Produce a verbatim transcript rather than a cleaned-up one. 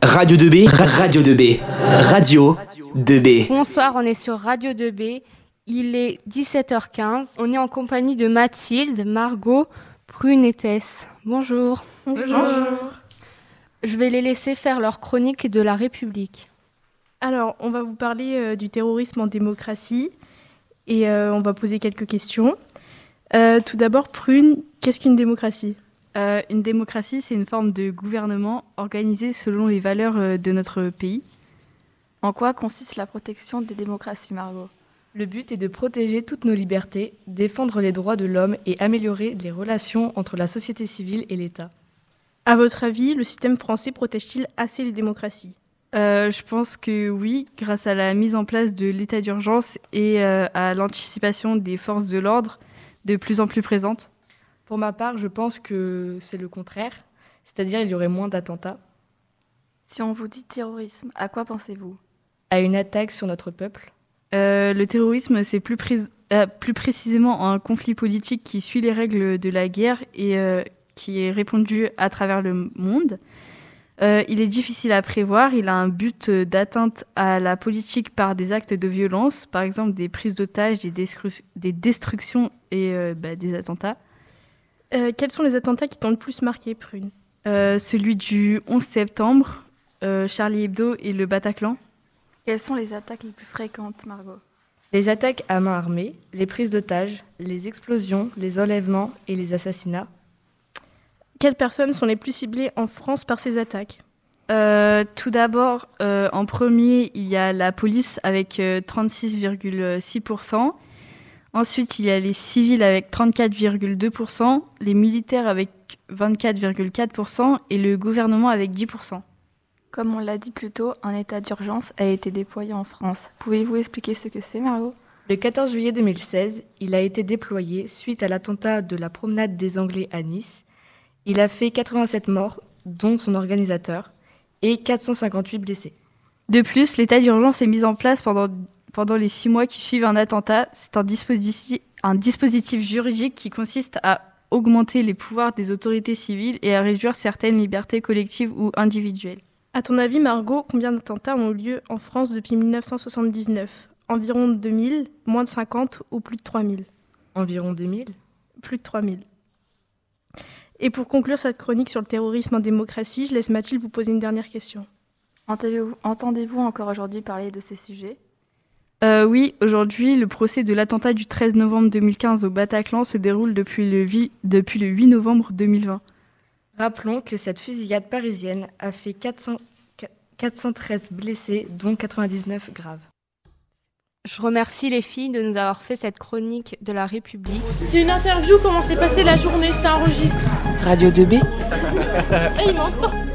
Radio deux B, Radio deux B, Radio deux B. Bonsoir, on est sur Radio deux B. Il est dix-sept heures quinze. On est en compagnie de Mathilde, Margot, Prune et Tess. Bonjour. Bonjour. Bonjour. Je vais les laisser faire leur chronique de la République. Alors, on va vous parler euh, du terrorisme en démocratie et euh, on va poser quelques questions. Euh, tout d'abord, Prune, qu'est-ce qu'une démocratie ? Euh, une démocratie, c'est une forme de gouvernement organisé selon les valeurs euh, de notre pays. En quoi consiste la protection des démocraties, Margot ? Le but est de protéger toutes nos libertés, défendre les droits de l'homme et améliorer les relations entre la société civile et l'État. À votre avis, le système français protège-t-il assez les démocraties ? euh, Je pense que oui, grâce à la mise en place de l'état d'urgence et euh, à l'anticipation des forces de l'ordre de plus en plus présentes. Pour ma part, je pense que c'est le contraire, c'est-à-dire il y aurait moins d'attentats. Si on vous dit terrorisme, à quoi pensez-vous ? À une attaque sur notre peuple. Euh, le terrorisme, c'est plus, pré- euh, plus précisément un conflit politique qui suit les règles de la guerre et euh, qui est répandu à travers le monde. Euh, il est difficile à prévoir, il a un but d'atteinte à la politique par des actes de violence, par exemple des prises d'otages, des, destru- des destructions et euh, bah, des attentats. Euh, quels sont les attentats qui t'ont le plus marqué, Prune ? euh, Celui du onze septembre, euh, Charlie Hebdo et le Bataclan. Quelles sont les attaques les plus fréquentes, Margot ? Les attaques à main armée, les prises d'otages, les explosions, les enlèvements et les assassinats. Quelles personnes sont les plus ciblées en France par ces attaques ? euh, Tout d'abord, euh, en premier, il y a la police avec euh, trente-six virgule six pour cent. Ensuite, il y a les civils avec trente-quatre virgule deux pour cent, les militaires avec vingt-quatre virgule quatre pour cent et le gouvernement avec dix pour cent. Comme on l'a dit plus tôt, un état d'urgence a été déployé en France. Pouvez-vous expliquer ce que c'est, Margot ? Le quatorze juillet deux mille seize, il a été déployé suite à l'attentat de la promenade des Anglais à Nice. Il a fait quatre-vingt-sept morts, dont son organisateur, et quatre cent cinquante-huit blessés. De plus, l'état d'urgence est mis en place pendant, pendant les six mois qui suivent un attentat. C'est un dispositif, un dispositif juridique qui consiste à augmenter les pouvoirs des autorités civiles et à réduire certaines libertés collectives ou individuelles. À ton avis, Margot, combien d'attentats ont eu lieu en France depuis dix-neuf cent soixante-dix-neuf ? Environ deux mille, moins de cinquante ou plus de trois mille ? Environ deux mille ? Plus de trois mille. Et pour conclure cette chronique sur le terrorisme en démocratie, je laisse Mathilde vous poser une dernière question. Entendez-vous, entendez-vous encore aujourd'hui parler de ces sujets ? euh, Oui, aujourd'hui, le procès de l'attentat du treize novembre deux mille quinze au Bataclan se déroule depuis le, vi- depuis le huit novembre deux mille vingt. Rappelons que cette fusillade parisienne a fait quatre cents, quatre cent treize blessés, dont quatre-vingt-dix-neuf graves. Je remercie les filles de nous avoir fait cette chronique de la République. C'est une interview, comment s'est passée la journée, ça enregistre. Radio deux B. Ah, il m'entend.